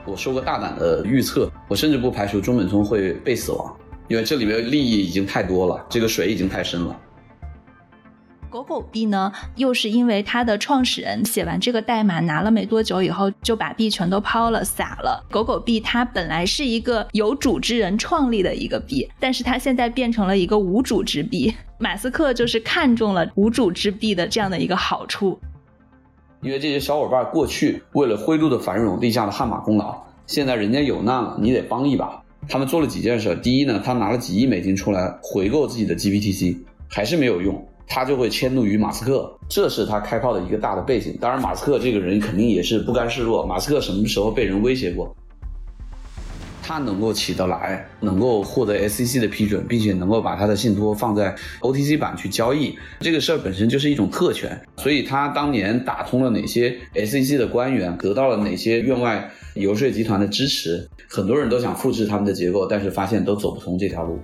我说过大胆的预测，我甚至不排除中本聪会被死亡，因为这里面利益已经太多了，这个水已经太深了。 狗狗币呢，又是因为它的创始人写完这个代码拿了没多久以后就把币全都抛了撒了。狗狗币它本来是一个有主之人创立的一个币，但是它现在变成了一个无主之币。马斯克就是看中了无主之币的这样的一个好处。 因为这些小伙伴过去为了灰度的繁荣立下了汗马功劳，现在人家有难了，你得帮一把。他们做了几件事，第一呢，他拿了几亿美金出来回购自己的 GBTC， 还是没有用，他就会迁怒于马斯克，这是他开炮的一个大的背景。当然马斯克这个人肯定也是不甘示弱，马斯克什么时候被人威胁过？他能够起得来，能够获得 SEC 的批准，并且能够把他的信托放在 OTC 版去交易，这个事儿本身就是一种特权。所以他当年打通了哪些 SEC 的官员，得到了哪些院外游说集团的支持，很多人都想复制他们的结构，但是发现都走不通这条路。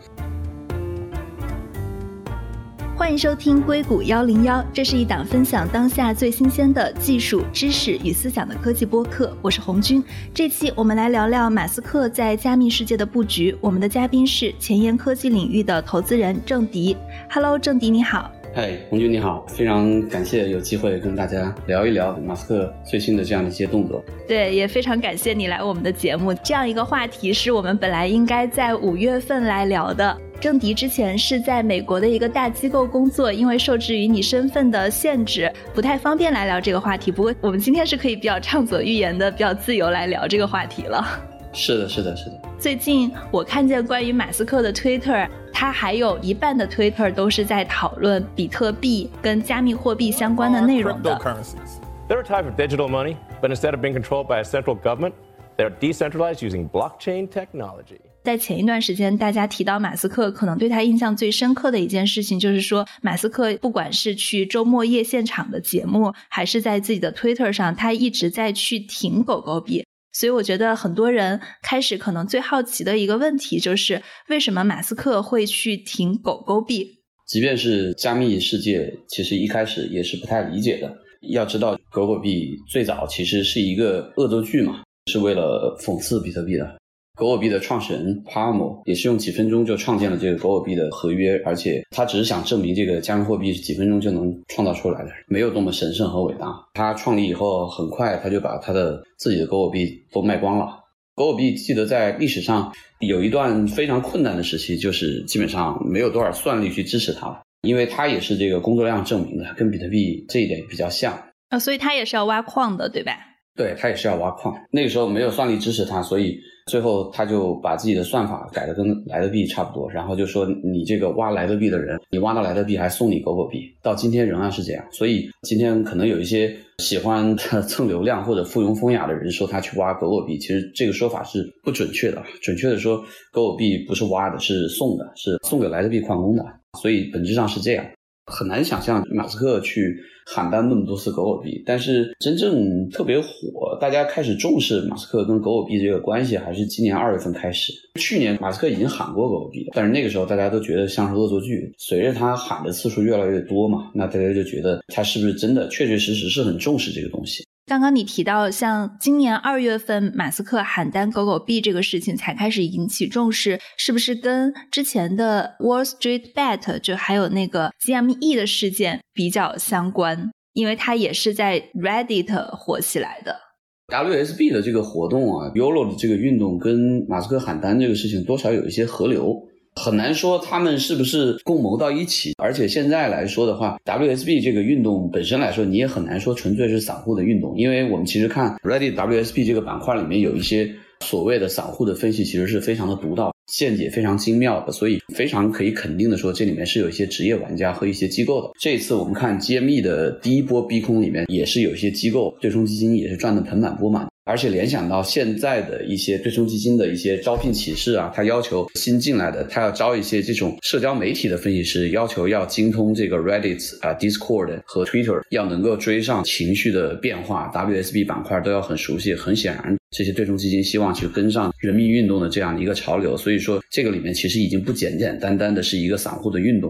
欢迎收听硅谷101，这是一档分享当下最新鲜的技术、知识与思想的科技播客，我是红军。这期我们来聊聊马斯克在加密世界的布局，我们的嘉宾是前沿科技领域的投资人郑迪。Hello， 郑迪你好。 嗨，红军你好，非常感谢有机会跟大家聊一聊马斯克最新的这样的一些动作。 对，也非常感谢你来我们的节目。这样一个话题是我们本来应该在5月份来聊的。郑迪之前是在美国的一个大机构工作，因为受制于你身份的限制，不太方便来聊这个话题。不过我们今天是可以比较畅所欲言的，比较自由来聊这个话题了。 是的。 最近我看见关于马斯克的 Twitter， 他还有一半的 Twitter 都是在讨论比特币跟加密货币相关的内容的。 They're a type of digital money, but instead of being controlled by a central government, they're decentralized using blockchain technology. 在前一段时间大家提到马斯克，可能对他印象最深刻的一件事情就是说，马斯克不管是去周末夜现场的节目，还是在自己的 Twitter 上，他一直在去挺狗狗币。所以我觉得很多人开始可能最好奇的一个问题就是为什么马斯克会去挺狗狗币。 即便是加密世界其实一开始也是不太理解的，要知道狗狗币最早其实是一个恶作剧嘛，是为了讽刺比特币的。狗狗币的创始人 Palmer 也是用几分钟就创建了这个狗狗币的合约，而且他只是想证明这个加密货币是几分钟就能创造出来的，没有多么神圣和伟大。他创立以后很快他就把他的自己的狗狗币都卖光了。狗狗币记得在历史上有一段非常困难的时期，就是基本上没有多少算力去支持它了，因为它也是这个工作量证明的，跟比特币这一点比较像。 所以它也是要挖矿的对吧？ 对，它也是要挖矿。那个时候没有算力支持它，所以最后他就把自己的算法改得跟莱德币差不多，然后就说你这个挖莱德币的人，你挖到莱德币还送你狗狗币，到今天仍然是这样。所以今天可能有一些喜欢蹭流量或者附庸风雅的人说他去挖狗狗币，其实这个说法是不准确的。准确的说，狗狗币不是挖的，是送的，是送给莱德币矿工的，所以本质上是这样。很难想象马斯克去喊单那么多次狗狗币，但是真正特别火，大家开始重视马斯克跟狗狗币这个关系，还是今年2月份开始。去年马斯克已经喊过狗狗币，但是那个时候大家都觉得像是恶作剧。随着他喊的次数越来越多嘛，那大家就觉得他是不是真的确确实实是很重视这个东西。 刚刚你提到像今年2月份马斯克喊单狗狗币这个事情才开始引起重视，是不是跟之前的 Wall Street Bet 就还有那个 GME 的事件比较相关？因为它也是在 Reddit 火起来的。 WSB 的这个活动啊 YOLO 的这个运动跟马斯克喊单这个事情多少有一些合流，很难说他们是不是共谋到一起。而且现在来说的话， WSB 这个运动本身来说，你也很难说纯粹是散户的运动，因为我们其实看 Reddit WSB 这个板块里面有一些所谓的散户的分析，其实是非常的独到，见解非常精妙的，所以非常可以肯定的说，这里面是有一些职业玩家和一些机构的。这一次我们看 GME 的第一波逼空里面，也是有一些机构对冲基金也是赚得盆满钵满。而且联想到现在的一些对冲基金的一些招聘启事啊，他要求新进来的，他要招一些这种社交媒体的分析师，要求要精通这个 Reddit Discord 和 Twitter， 要能够追上情绪的变化， WSB 板块都要很熟悉。很显然这些对冲基金希望去跟上人民运动的这样的一个潮流，所以说这个里面其实已经不简简单单的是一个散户的运动了。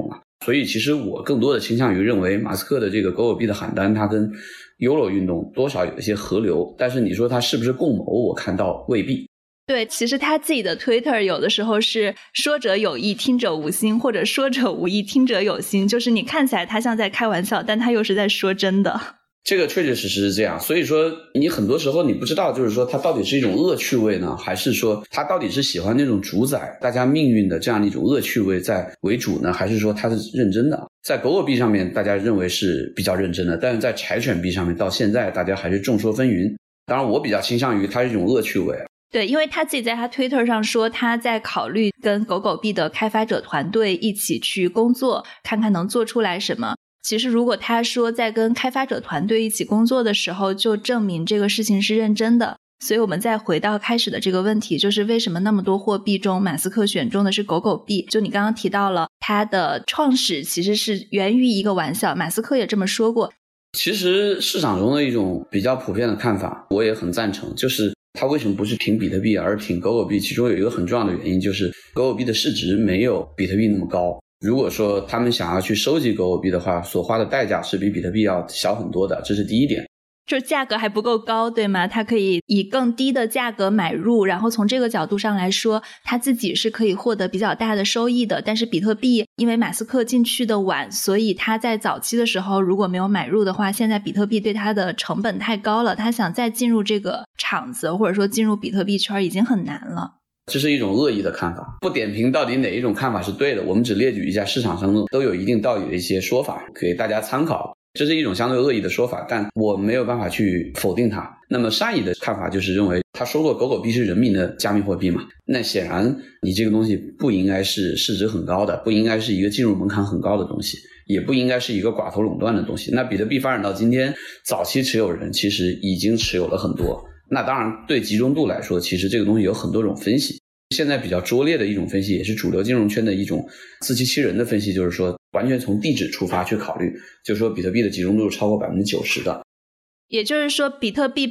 所以其实我更多的倾向于认为马斯克的这个狗狗币的喊单，它跟 YOLO 运动多少有一些合流，但是你说它是不是共谋，我看到未必。 对，其实他自己的 Twitter 有的时候是说者有意听者无心，或者说者无意听者有心，就是你看起来他像在开玩笑，但他又是在说真的。 这个确确实实是这样，所以说你很多时候你不知道，就是说它到底是一种恶趣味呢，还是说它到底是喜欢那种主宰大家命运的这样的一种恶趣味在为主呢，还是说它是认真的？在狗狗币上面大家认为是比较认真的，但是在柴犬币上面到现在大家还是众说纷纭。当然我比较倾向于它是一种恶趣味。 对，因为他自己在他 Twitter 上说他在考虑跟狗狗币的开发者团队一起去工作，看看能做出来什么。其实如果他说在跟开发者团队一起工作的时候，就证明这个事情是认真的。所以我们再回到开始的这个问题，就是为什么那么多货币中马斯克选中的是狗狗币。就你刚刚提到了他的创始其实是源于一个玩笑，马斯克也这么说过。 其实市场中的一种比较普遍的看法我也很赞成，就是他为什么不是挺比特币而挺狗狗币，其中有一个很重要的原因就是狗狗币的市值没有比特币那么高。如果说他们想要去收集狗狗币的话，所花的代价是比比特币要小很多的，这是第一点。 就价格还不够高，对吗？它可以以更低的价格买入，然后从这个角度上来说，他自己是可以获得比较大的收益的。但是比特币因为马斯克进去的晚，所以他在早期的时候如果没有买入的话，现在比特币对他的成本太高了，他想再进入这个场子或者说进入比特币圈已经很难了。 这是一种恶意的看法，不点评到底哪一种看法是对的，我们只列举一下市场上都有一定道理的一些说法给大家参考。这是一种相对恶意的说法，但我没有办法去否定它。那么善意的看法就是认为他说过狗狗币是人民的加密货币嘛，那显然你这个东西不应该是市值很高的，不应该是一个进入门槛很高的东西，也不应该是一个寡头垄断的东西。那比特币发展到今天，早期持有人其实已经持有了很多，那当然对集中度来说，其实这个东西有很多种分析。现在比较拙劣的一种分析，也是主流金融圈的一种自欺欺人的分析，就是说完全从地址出发去考虑，就是说比特币的集中度超过 90% 的。 也就是说比特币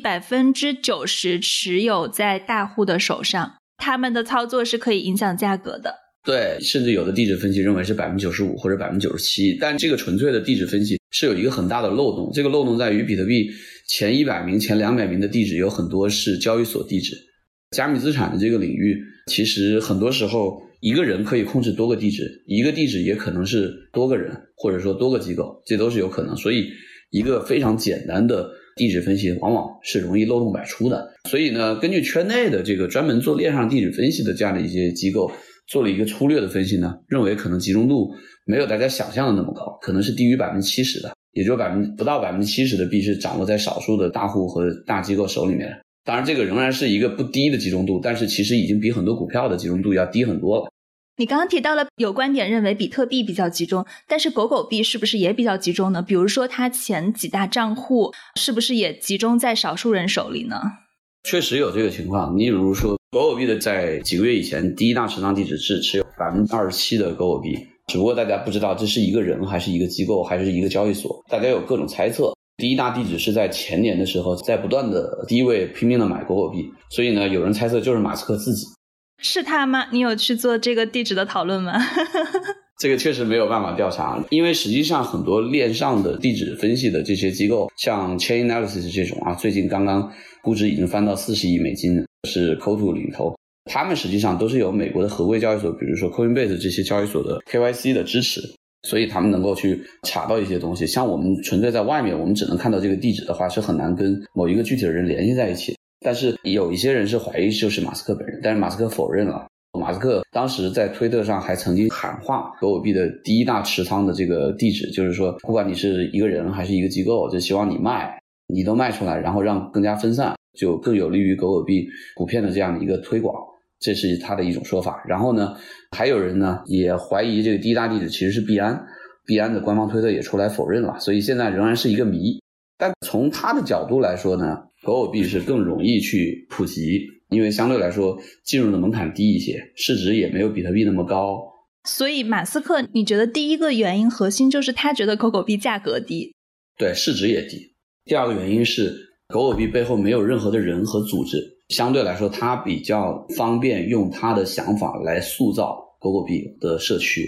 90% 持有在大户的手上，他们的操作是可以影响价格的。 对，甚至有的地址分析认为是 95% 或者 97%， 但这个纯粹的地址分析是有一个很大的漏洞，这个漏洞在于比特币前100名前200名的地址有很多是交易所地址。加密资产的这个领域其实很多时候一个人可以控制多个地址，一个地址也可能是多个人或者说多个机构，这都是有可能。所以一个非常简单的地址分析往往是容易漏洞百出的。所以呢，根据圈内的这个专门做链上地址分析的这样的一些机构做了一个粗略的分析呢，认为可能集中度没有大家想象的那么高，可能是低于 70% 的，也就不到 70% 的币是掌握在少数的大户和大机构手里面。当然这个仍然是一个不低的集中度，但是其实已经比很多股票的集中度要低很多了。 你刚刚提到了有观点认为比特币比较集中，但是狗狗币是不是也比较集中呢？比如说它前几大账户是不是也集中在少数人手里呢？ 确实有这个情况。你比如说狗狗币的在几个月以前第一大持仓地址是持有 27% 的狗狗币，只不过大家不知道这是一个人还是一个机构还是一个交易所，大家有各种猜测。第一大地址是在前年的时候在不断的低位拼命的买狗狗币，所以呢有人猜测就是马斯克自己。是他吗？你有去做这个地址的讨论吗？ 这个确实没有办法调查，因为实际上很多链上的地址分析的这些机构，像 Chainalysis 这种啊，最近刚刚估值已经翻到40亿美金，是 Coatue 领头，他们实际上都是有美国的合规交易所，比如说 Coinbase 这些交易所的 KYC 的支持，所以他们能够去查到一些东西。像我们纯粹在外面我们只能看到这个地址的话，是很难跟某一个具体的人联系在一起。但是有一些人是怀疑就是马斯克本人，但是马斯克否认了。马斯克当时在推特上还曾经喊话狗狗币的第一大持仓的这个地址，就是说不管你是一个人还是一个机构，就希望你卖，你都卖出来，然后让更加分散，就更有利于狗狗币普遍的这样的一个推广，这是他的一种说法。然后呢，还有人呢也怀疑这个第一大地址其实是币安，币安的官方推特也出来否认了，所以现在仍然是一个谜。但从他的角度来说呢，狗狗币是更容易去普及，因为相对来说进入的门槛低一些，市值也没有比特币那么高。 所以马斯克你觉得第一个原因核心就是他觉得狗狗币价格低？ 对，市值也低。第二个原因是狗狗币背后没有任何的人和组织，相对来说他比较方便用他的想法来塑造狗狗币的社区。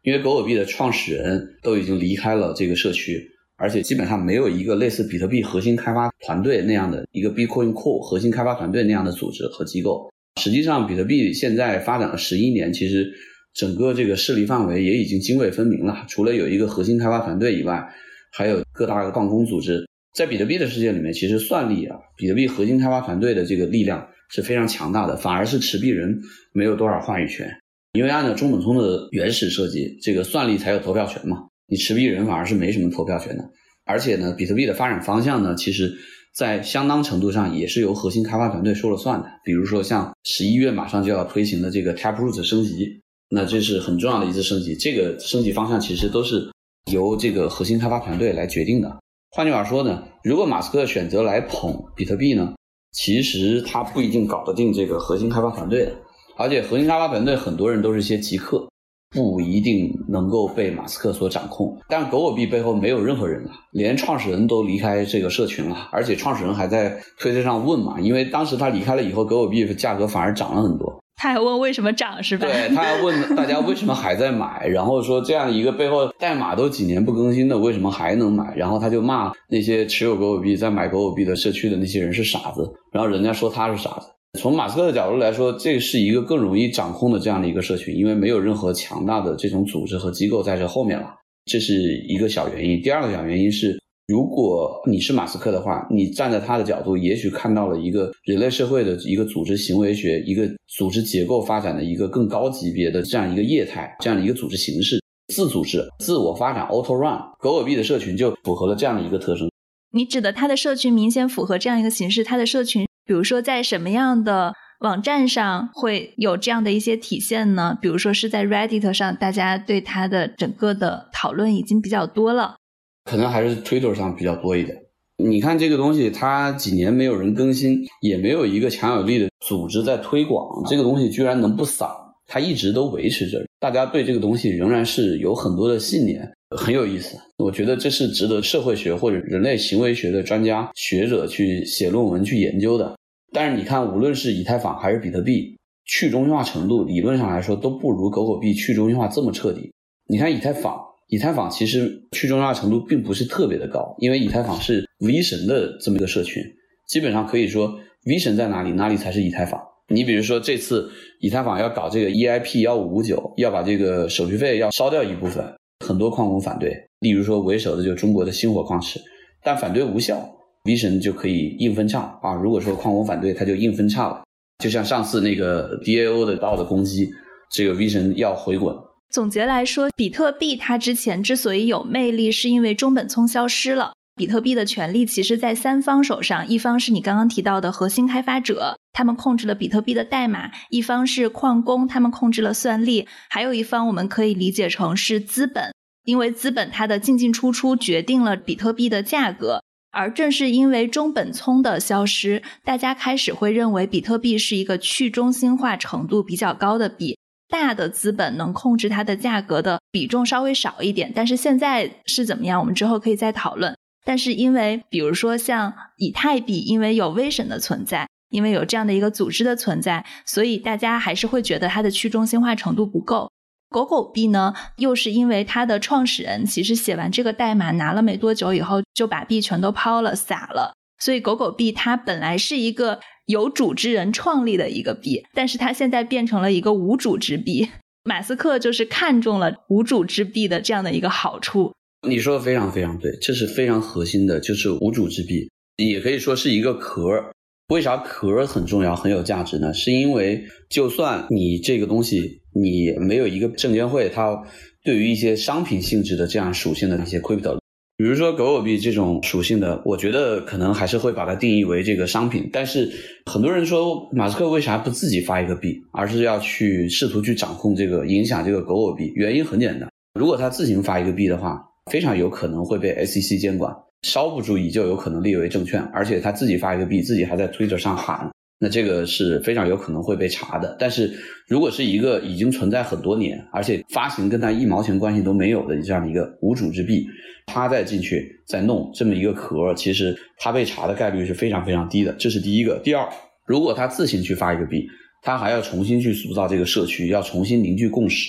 因为狗狗币的创始人都已经离开了这个社区，而且基本上没有一个类似比特币核心开发团队那样的一个 Bitcoin Core 核心开发团队那样的组织和机构。实际上比特币现在发展了11年，其实整个这个势力范围也已经泾渭分明了，除了有一个核心开发团队以外，还有各大的矿工组织。在比特币的世界里面，其实算力比特币核心开发团队的这个力量是非常强大的，反而是持币人没有多少话语权。因为按照中本聪的原始设计，这个算力才有投票权嘛，你持币人反而是没什么投票权的。而且呢，比特币的发展方向呢，其实在相当程度上也是由核心开发团队说了算的。比如说像11月马上就要推行的这个 Taproot 升级，那这是很重要的一次升级，这个升级方向其实都是由这个核心开发团队来决定的。换句话说呢，如果马斯克选择来捧比特币呢，其实他不一定搞得定这个核心开发团队的，而且核心开发团队很多人都是些极客，不一定能够被马斯克所掌控。但狗狗币背后没有任何人了，连创始人都离开这个社群了，而且创始人还在推特上问嘛，因为当时他离开了以后，狗狗币的价格反而涨了很多。 他还问为什么涨是吧？ 对，他还问大家为什么还在买，然后说这样一个背后代码都几年不更新的，为什么还能买？然后他就骂那些持有狗狗币在买狗狗币的社区的那些人是傻子，然后人家说他是傻子。从马斯克的角度来说，这是一个更容易掌控的这样的一个社群，因为没有任何强大的这种组织和机构在这后面了，这是一个小原因。第二个小原因是，如果你是马斯克的话，你站在他的角度，也许看到了一个人类社会的一个组织行为学，一个组织结构发展的一个更高级别的这样一个业态，这样的一个组织形式，自组织、自我发展 auto run， 狗狗币的社群就符合了这样的一个特征。 你指的它的社群明显符合这样一个形式，它的社群比如说在什么样的网站上会有这样的一些体现呢？比如说是在 Reddit 上，大家对它的整个的讨论已经比较多了， 可能还是 Twitter 上比较多一点。你看这个东西，它几年没有人更新，也没有一个强有力的组织在推广，这个东西居然能不散，它一直都维持着，大家对这个东西仍然是有很多的信念，很有意思。我觉得这是值得社会学或者人类行为学的专家学者去写论文去研究的。但是你看，无论是以太坊还是比特币，去中心化程度理论上来说都不如狗狗币去中心化这么彻底。你看以太坊其实去中心化程度并不是特别的高，因为以太坊是 V 神的这么一个社群，基本上可以说 V 神在哪里，哪里才是以太坊。你比如说这次以太坊要搞这个 EIP1559， 要把这个手续费要烧掉一部分，很多矿工反对，例如说为首的就是中国的星火矿池，但反对无效， V 神就可以硬分叉啊！如果说矿工反对，他就硬分叉了。就像上次那个 DAO 的道的攻击，这个 V 神要回滚。 总结来说，比特币它之前之所以有魅力，是因为中本聪消失了。比特币的权力其实在三方手上，一方是你刚刚提到的核心开发者，他们控制了比特币的代码；一方是矿工，他们控制了算力；还有一方我们可以理解成是资本，因为资本它的进进出出决定了比特币的价格。而正是因为中本聪的消失，大家开始会认为比特币是一个去中心化程度比较高的币，大的资本能控制它的价格的比重稍微少一点，但是现在是怎么样，我们之后可以再讨论。但是因为比如说像以太币，因为有 V 神的存在，因为有这样的一个组织的存在，所以大家还是会觉得它的去中心化程度不够。狗狗币呢，又是因为它的创始人其实写完这个代码拿了没多久以后就把币全都抛了撒了，所以狗狗币它本来是一个有主之人创立的一个币，但是它现在变成了一个无主之币。马斯克就是看中了无主之币的这样的一个好处。 你说的非常非常对，这是非常核心的，就是无主之币，也可以说是一个壳。为啥壳很重要很有价值呢？是因为就算你这个东西你没有一个证监会它对于一些商品性质的这样属性的一些 crypto， 比如说狗狗币这种属性的，我觉得可能还是会把它定义为这个商品。但是很多人说马斯克为啥不自己发一个币，而是要去试图去掌控这个影响这个狗狗币？原因很简单，如果他自行发一个币的话，非常有可能会被 SEC 监管，稍不注意就有可能列为证券，而且他自己发一个币，自己还在 Twitter 上喊，那这个是非常有可能会被查的。但是如果是一个已经存在很多年，而且发行跟他一毛钱关系都没有的这样的一个无主之币，他再进去再弄这么一个壳，其实他被查的概率是非常非常低的，这是第一个。第二，如果他自行去发一个币，他还要重新去塑造这个社区，要重新凝聚共识，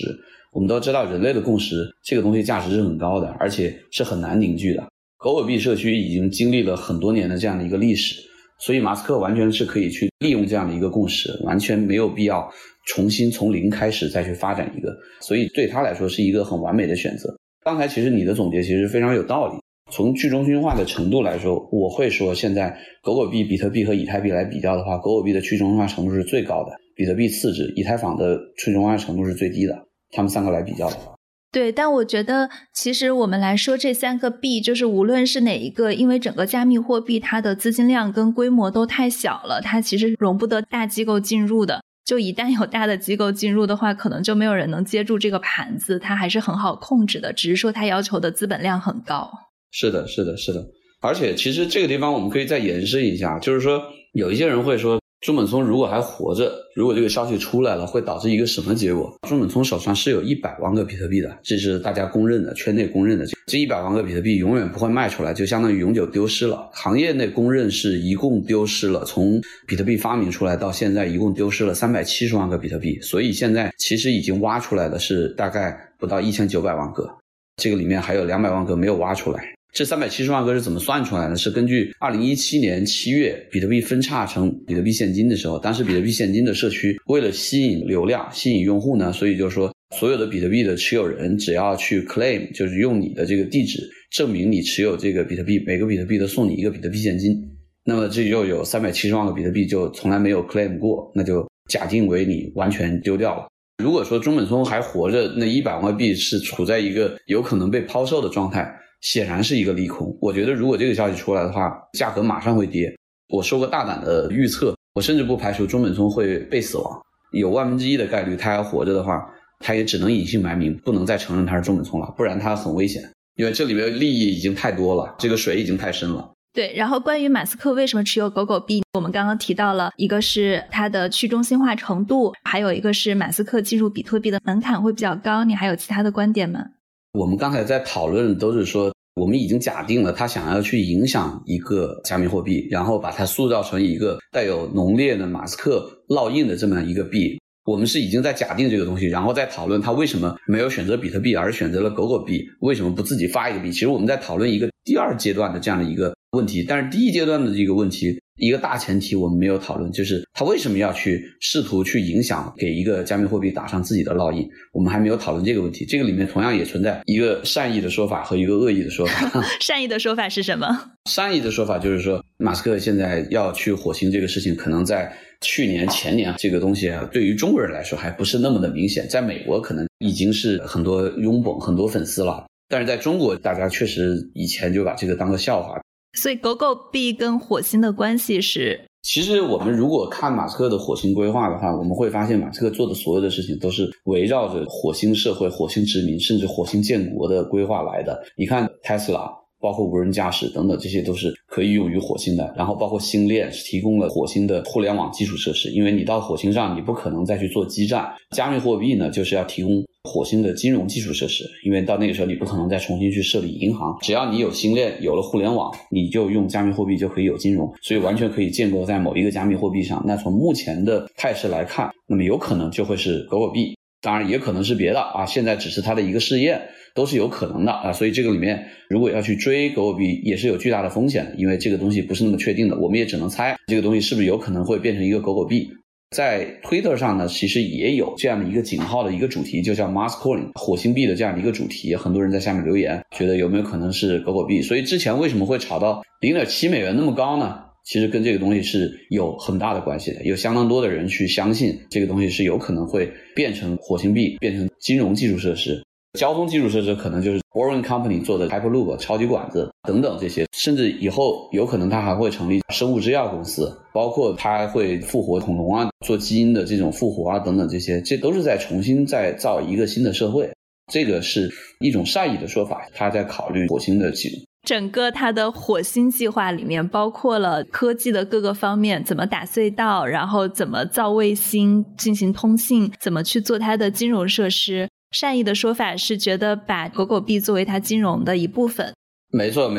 我们都知道人类的共识这个东西价值是很高的，而且是很难凝聚的。狗狗币社区已经经历了很多年的这样的一个历史，所以马斯克完全是可以去利用这样的一个共识，完全没有必要重新从零开始再去发展一个，所以对他来说是一个很完美的选择。刚才其实你的总结其实非常有道理，从去中心化的程度来说，我会说现在狗狗币、比特币和以太币来比较的话，狗狗币的去中心化程度是最高的，比特币次之，以太坊的去中心化程度是最低的，他们三个来比较的话。 对，但我觉得其实我们来说这三个币，就是无论是哪一个，因为整个加密货币它的资金量跟规模都太小了，它其实容不得大机构进入的，就一旦有大的机构进入的话，可能就没有人能接住这个盘子，它还是很好控制的，只是说它要求的资本量很高。 是的，是的，是的。而且其实这个地方我们可以再延伸一下，就是说有一些人会说中本聪如果还活着，如果这个消息出来了，会导致一个什么结果？中本聪手上是有100万个比特币的，这是大家公认的，圈内公认的。这100万个比特币永远不会卖出来，就相当于永久丢失了。行业内公认是一共丢失了，从比特币发明出来到现在一共丢失了370万个比特币，所以现在其实已经挖出来的是大概不到1900万个，这个里面还有200万个没有挖出来。这370万个是怎么算出来的？是根据2017年7月比特币分叉成比特币现金的时候，当时比特币现金的社区为了吸引流量、吸引用户呢，所以就是说所有的比特币的持有人只要去 claim， 就是用你的这个地址证明你持有这个比特币，每个比特币都送你一个比特币现金，那么这就有370万个比特币就从来没有 claim 过，那就假定为你完全丢掉了。如果说中本聪还活着，那100万个币是处在一个有可能被抛售的状态，显然是一个利空。我觉得如果这个消息出来的话，价格马上会跌。我说个大胆的预测，我甚至不排除中本聪会被死亡，有1/1000的概率他还活着的话，他也只能隐姓埋名，不能再承认他是中本聪了，不然他很危险，因为这里面利益已经太多了，这个水已经太深了。 对，然后关于马斯克为什么持有狗狗币，我们刚刚提到了一个是它的去中心化程度，还有一个是马斯克进入比特币的门槛会比较高，你还有其他的观点吗？ 我们刚才在讨论都是说我们已经假定了他想要去影响一个加密货币，然后把它塑造成一个带有浓烈的马斯克烙印的这么一个币，我们是已经在假定这个东西，然后再讨论他为什么没有选择比特币而选择了狗狗币，为什么不自己发一个币。其实我们在讨论一个第二阶段的这样的一个问题，但是第一阶段的这个问题一个大前提我们没有讨论，就是他为什么要去试图去影响给一个加密货币打上自己的烙印，我们还没有讨论这个问题。这个里面同样也存在一个善意的说法和一个恶意的说法。 善意的说法是什么？ 善意的说法就是说马斯克现在要去火星这个事情，可能在去年前年这个东西对于中国人来说还不是那么的明显，在美国可能已经是很多拥趸很多粉丝了，但是在中国大家确实以前就把这个当个笑话。 所以狗狗币跟火星的关系是， 其实我们如果看马斯克的火星规划的话，我们会发现马斯克做的所有的事情都是围绕着火星社会、火星殖民甚至火星建国的规划来的。你看 Tesla 包括无人驾驶等等，这些都是可以用于火星的。然后包括星链是提供了火星的互联网基础设施，因为你到火星上你不可能再去做基站。加密货币呢就是要提供火星的金融基础设施，因为到那个时候你不可能再重新去设立银行，只要你有星链有了互联网，你就用加密货币就可以有金融，所以完全可以建构在某一个加密货币上。那从目前的态势来看，那么有可能就会是狗狗币，当然也可能是别的啊，现在只是它的一个试验，都是有可能的啊。所以这个里面如果要去追狗狗币也是有巨大的风险的，因为这个东西不是那么确定的，我们也只能猜这个东西是不是有可能会变成一个狗狗币。在 Twitter 上呢，其实也有这样的一个井号的一个主题，就叫 Mars Coin 火星币的这样的一个主题，很多人在下面留言觉得有没有可能是狗狗币。所以之前为什么会炒到0.7美元那么高呢？其实跟这个东西是有很大的关系的，有相当多的人去相信这个东西是有可能会变成火星币，变成金融基础设施。交通基础设施可能就是 Boring Company 做的 Hyperloop 超级管子等等这些，甚至以后有可能它还会成立生物制药公司，包括它还会复活恐龙啊，做基因的这种复活啊等等这些，这都是在重新再造一个新的社会。这个是一种善意的说法，他在考虑火星的技术。 整个它的火星计划里面包括了科技的各个方面，怎么打隧道，然后怎么造卫星进行通信，怎么去做它的金融设施。善意的说法是觉得把狗狗币作为它金融的一部分。 没错没错，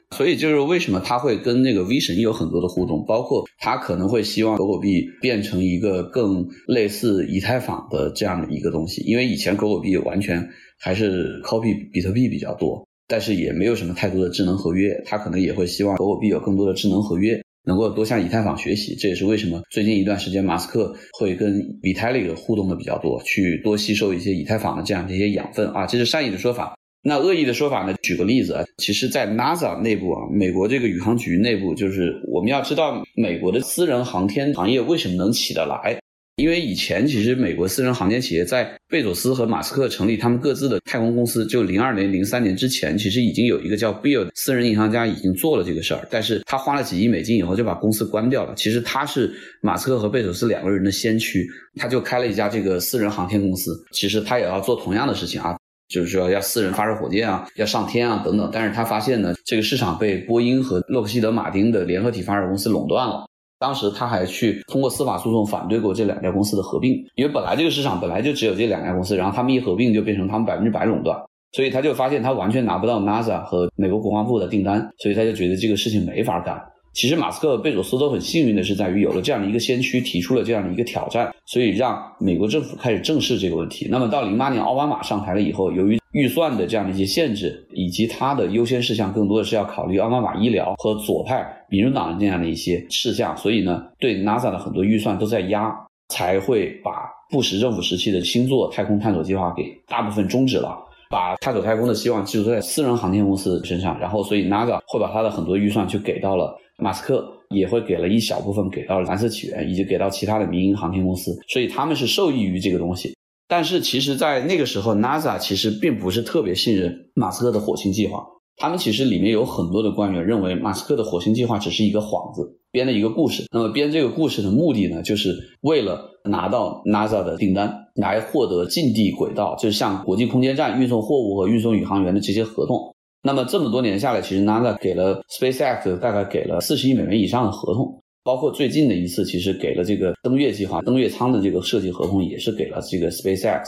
所以就是为什么他会跟那个 V 神有很多的互动，包括他可能会希望狗狗币变成一个更类似以太坊的这样的一个东西，因为以前狗狗币完全还是 copy 比特币比较多，但是也没有什么太多的智能合约，他可能也会希望狗狗币有更多的智能合约，能够多向以太坊学习。这也是为什么最近一段时间马斯克会跟 Vitalik 互动的比较多，去多吸收一些以太坊的这样的一些养分啊，这是善意的说法。那恶意的说法呢，举个例子啊，其实在 NASA 内部啊，美国这个宇航局内部，就是我们要知道美国的私人航天行业为什么能起得来。因为以前其实美国私人航天企业在贝佐斯和马斯克成立他们各自的太空公司，就02年03年之前，其实已经有一个叫 Bill 私人银行家已经做了这个事儿，但是他花了几亿美金以后就把公司关掉了。其实他是马斯克和贝佐斯两个人的先驱，他就开了一家这个私人航天公司，其实他也要做同样的事情啊，就是说要私人发射火箭啊，要上天啊等等，但是他发现呢，这个市场被波音和洛克希德马丁的联合体发射公司垄断了。当时他还去通过司法诉讼反对过这两家公司的合并，因为本来这个市场本来就只有这两家公司，然后他们一合并就变成他们100%垄断，所以他就发现他完全拿不到 NASA 和美国国防部的订单，所以他就觉得这个事情没法干。其实马斯克、贝佐斯都很幸运的是在于有了这样的一个先驱，提出了这样的一个挑战，所以让美国政府开始正视这个问题。那么到08年奥巴马上台了以后，由于预算的这样的一些限制，以及他的优先事项更多的是要考虑奥巴马医疗和左派民主党这样的一些事项，所以呢，对 NASA 的很多预算都在压，才会把布什政府时期的星座太空探索计划给大部分终止了，把探索太空的希望寄托在私人航天公司身上，然后所以 NASA 会把他的很多预算就给到了马斯克，也会给了一小部分给到蓝色起源，以及给到其他的民营航天公司，所以他们是受益于这个东西。但是其实在那个时候 NASA 其实并不是特别信任马斯克的火星计划，他们其实里面有很多的官员认为马斯克的火星计划只是一个幌子，编了一个故事。那么编这个故事的目的呢，就是为了拿到 NASA 的订单，来获得近地轨道，就是像国际空间站运送货物和运送宇航员的这些合同。那么这么多年下来，其实 NASA 给了 SpaceX 大概给了40亿美元以上的合同，包括最近的一次其实给了这个登月计划，登月舱的这个设计合同也是给了这个 SpaceX。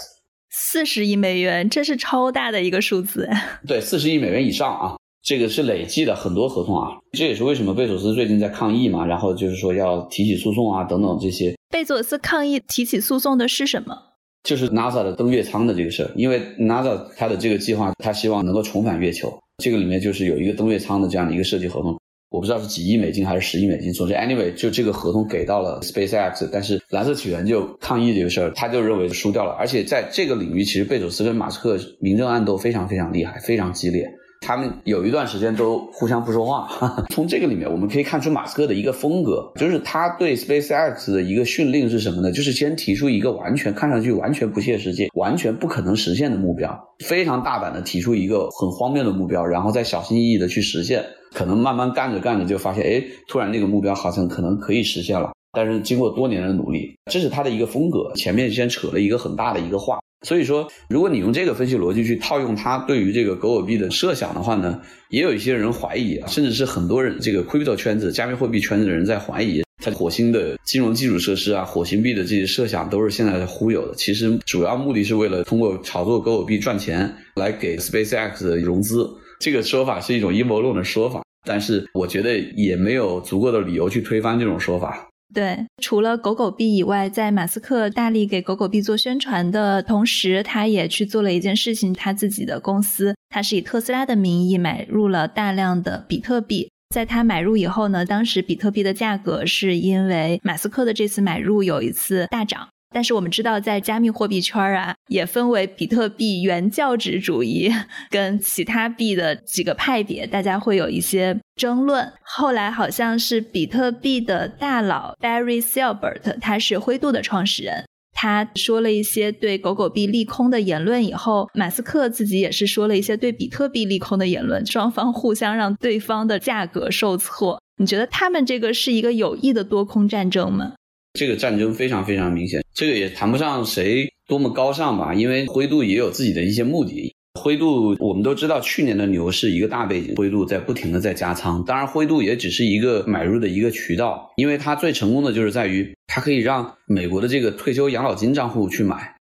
40亿美元，这是超大的一个数字。 对，40亿美元以上啊，这个是累计的很多合同啊，这也是为什么贝佐斯最近在抗议嘛，然后就是说要提起诉讼啊等等这些。 贝佐斯抗议提起诉讼的是什么？ 就是 NASA 的登月舱的这个事儿，因为 NASA 它的这个计划，它希望能够重返月球，这个里面就是有一个登月舱的这样的一个设计合同，我不知道是几亿美金还是10亿美金，总之 anyway 就这个合同给到了 SpaceX， 但是蓝色起源就抗议这个事儿，他就认为输掉了。而且在这个领域，其实贝佐斯跟马斯克明争暗斗非常非常厉害，非常激烈，他们有一段时间都互相不说话。从这个里面我们可以看出马斯克的一个风格，就是他对 SpaceX 的一个训令是什么呢？就是先提出一个看上去完全不切实际，完全不可能实现的目标，非常大胆的提出一个很荒谬的目标，然后再小心翼翼的去实现，可能慢慢干着就发现突然那个目标好像可能可以实现了，但是经过多年的努力，这是他的一个风格，前面先扯了一个很大的一个话。所以说如果你用这个分析逻辑去套用他对于这个狗狗币的设想的话呢，也有一些人怀疑，甚至是很多人这个 crypto 圈子加密货币圈子的人在怀疑他火星的金融基础设施啊，火星币的这些设想都是现在忽悠的，其实主要目的是为了通过炒作狗狗币赚钱来给 SpaceX 的融资。这个说法是一种阴谋论的说法，但是我觉得也没有足够的理由去推翻这种说法。 对，除了狗狗币以外，在马斯克大力给狗狗币做宣传的同时，他也去做了一件事情，他自己的公司他是以特斯拉的名义买入了大量的比特币。在他买入以后呢，当时比特币的价格是因为马斯克的这次买入有一次大涨，但是我们知道在加密货币圈啊，也分为比特币原教旨主义跟其他币的几个派别，大家会有一些争论。后来好像是比特币的大佬 Barry Silbert， 他是灰度的创始人，他说了一些对狗狗币利空的言论以后，马斯克自己也是说了一些对比特币利空的言论，双方互相让对方的价格受挫。你觉得他们这个是一个有意的多空战争吗？ 这个战争非常非常明显，这个也谈不上谁多么高尚吧，因为灰度也有自己的一些目的。灰度我们都知道去年的牛市一个大背景，灰度在不停的在加仓，当然灰度也只是一个买入的一个渠道，因为它最成功的就是在于它可以让美国的这个退休养老金账户去买，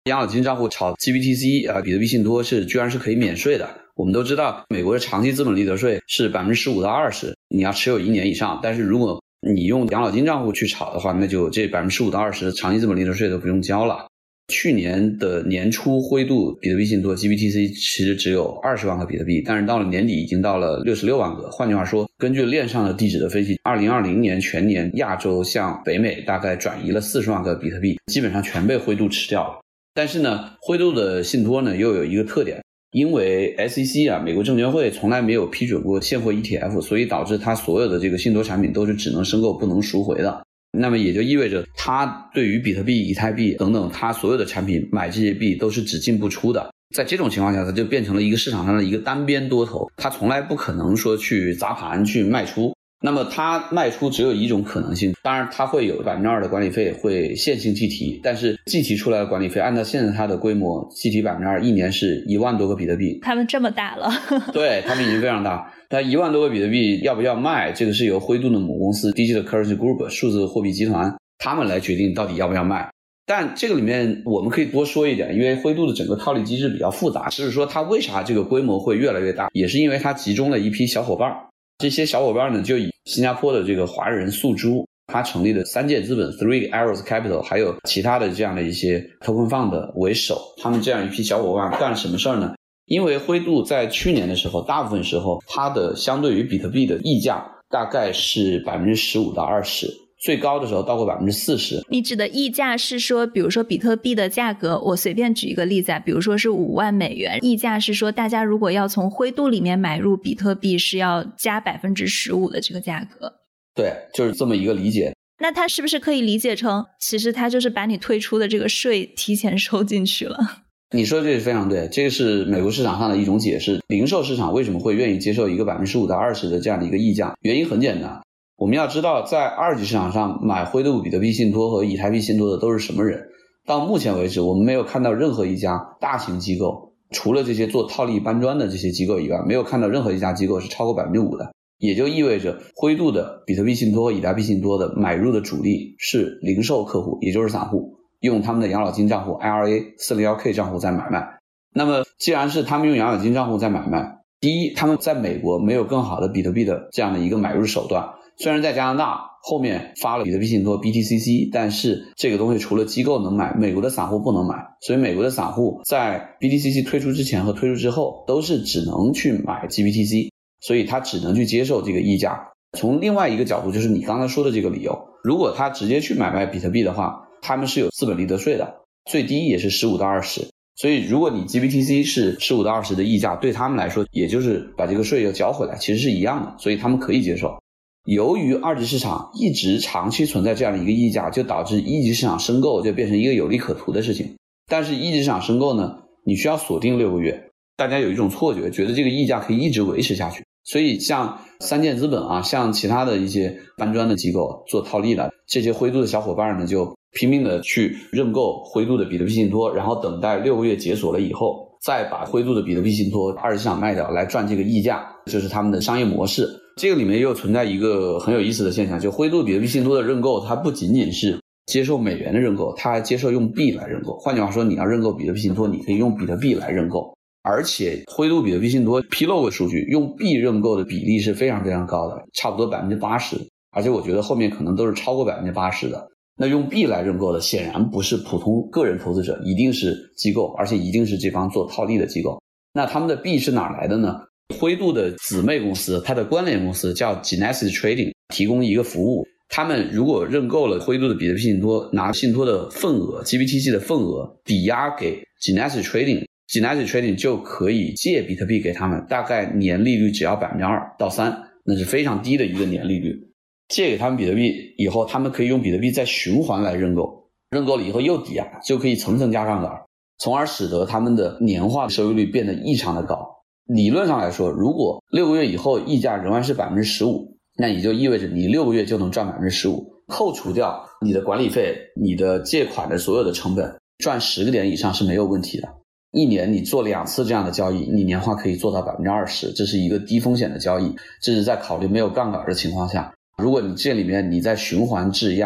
养老金账户炒 GBTC 比特币信托居然是可以免税的。我们都知道美国的长期资本利得税是 15%到20%， 你要持有1年以上，但是如果你用养老金账户去炒的话，那就这 15%到20% 的长期资本利得税都不用交了。去年的年初灰度比特币信托 GBTC 其实只有20万个比特币，但是到了年底已经到了66万个。换句话说，根据链上的地址的分析，2020年全年亚洲向北美大概转移了40万个比特币，基本上全被灰度吃掉了。但是呢，灰度的信托呢又有一个特点，因为 SEC 美国证监会从来没有批准过现货 ETF， 所以导致它所有的这个信托产品都是只能申购不能赎回的。那么也就意味着它对于比特币、以太币等等它所有的产品买这些币都是只进不出的。在这种情况下，它就变成了一个市场上的一个单边多头，它从来不可能说去砸盘去卖出。那么它卖出只有一种可能性，当然它会有 2% 的管理费会线性计提，但是计提出来的管理费按照现在它的规模计提 2%， 一年是1万多个比特币。 他们这么大了对，他们已经非常大。但1万多个比特币要不要卖，这个是由灰度的母公司 Digital Currency Group 数字货币集团他们来决定到底要不要卖。但这个里面我们可以多说一点，因为灰度的整个套利机制比较复杂，就是说它为啥这个规模会越来越大，也是因为它集中了一批小伙伴。这些小伙伴呢，就以新加坡的这个华人宿珠，他成立的三界资本 Three Arrows Capital， 还有其他的这样的一些 Token Fund 为首，他们这样一批小伙伴干了什么事儿呢？因为灰度在去年的时候，大部分时候它的相对于比特币的溢价大概是 15%到20%，最高的时候到过 40%。 你指的溢价是说比如说比特币的价格，我随便举一个例子比如说是5万美元，溢价是说大家如果要从灰度里面买入比特币是要加 15% 的这个价格。 对，就是这么一个理解。 那它是不是可以理解成其实它就是把你退出的这个税提前收进去了？ 你说这是非常对，这个是美国市场上的一种解释。零售市场为什么会愿意接受一个 15% 到20% 的这样的一个溢价，原因很简单，我们要知道在二级市场上买灰度比特币信托和以太币信托的都是什么人。到目前为止我们没有看到任何一家大型机构，除了这些做套利搬砖的这些机构以外，没有看到任何一家机构是超过 5% 的。也就意味着灰度的比特币信托和以太币信托的买入的主力是零售客户，也就是散户，用他们的养老金账户 IRA 401k 账户在买卖。那么既然是他们用养老金账户在买卖，第一，他们在美国没有更好的比特币的这样的一个买入手段。虽然在加拿大后面发了比特币信托 BTCC， 但是这个东西除了机构能买，美国的散户不能买，所以美国的散户在 BTCC 推出之前和推出之后都是只能去买 GBTC， 所以他只能去接受这个溢价。从另外一个角度，就是你刚才说的这个理由，如果他直接去买卖比特币的话，他们是有资本利得税的，最低也是15%到20%，所以如果你 GBTC 是15%到20%的溢价，对他们来说也就是把这个税又交回来，其实是一样的，所以他们可以接受。由于二级市场一直长期存在这样的一个溢价，就导致一级市场申购就变成一个有利可图的事情。但是一级市场申购呢，你需要锁定6个月，大家有一种错觉，觉得这个溢价可以一直维持下去。所以像三箭资本像其他的一些搬砖的机构做套利的这些灰度的小伙伴呢，就拼命的去认购灰度的比特币信托，然后等待6个月解锁了以后，再把灰度的比特币信托二级市场卖掉来赚这个溢价，这是他们的商业模式。这个里面又存在一个很有意思的现象，就灰度比特币信托的认购，它不仅仅是接受美元的认购，它还接受用币来认购。换句话说，你要认购比特币信托，你可以用比特币来认购。而且灰度比特币信托披露过数据，用币认购的比例是非常非常高的，差不多 80%， 而且我觉得后面可能都是超过 80% 的。那用币来认购的显然不是普通个人投资者，一定是机构，而且一定是这帮做套利的机构。那他们的币是哪来的呢？灰度的姊妹公司，它的关联公司叫 Genesis Trading， 提供一个服务，他们如果认购了灰度的比特币信托，拿信托的份额 GBTC 的份额抵押给 Genesis Trading，Genesis Trading 就可以借比特币给他们，大概年利率只要 2% 到 3%， 那是非常低的一个年利率。借给他们比特币以后，他们可以用比特币再循环来认购，认购了以后又抵押，就可以层层加杠杆，从而使得他们的年化收益率变得异常的高。理论上来说，如果6个月以后溢价仍然是 15%， 那也就意味着你6个月就能赚 15%， 扣除掉你的管理费，你的借款的所有的成本，赚10个点以上是没有问题的。一年你做2次这样的交易，你年化可以做到 20%， 这是一个低风险的交易，这是在考虑没有杠杆的情况下。如果你这里面你在循环质押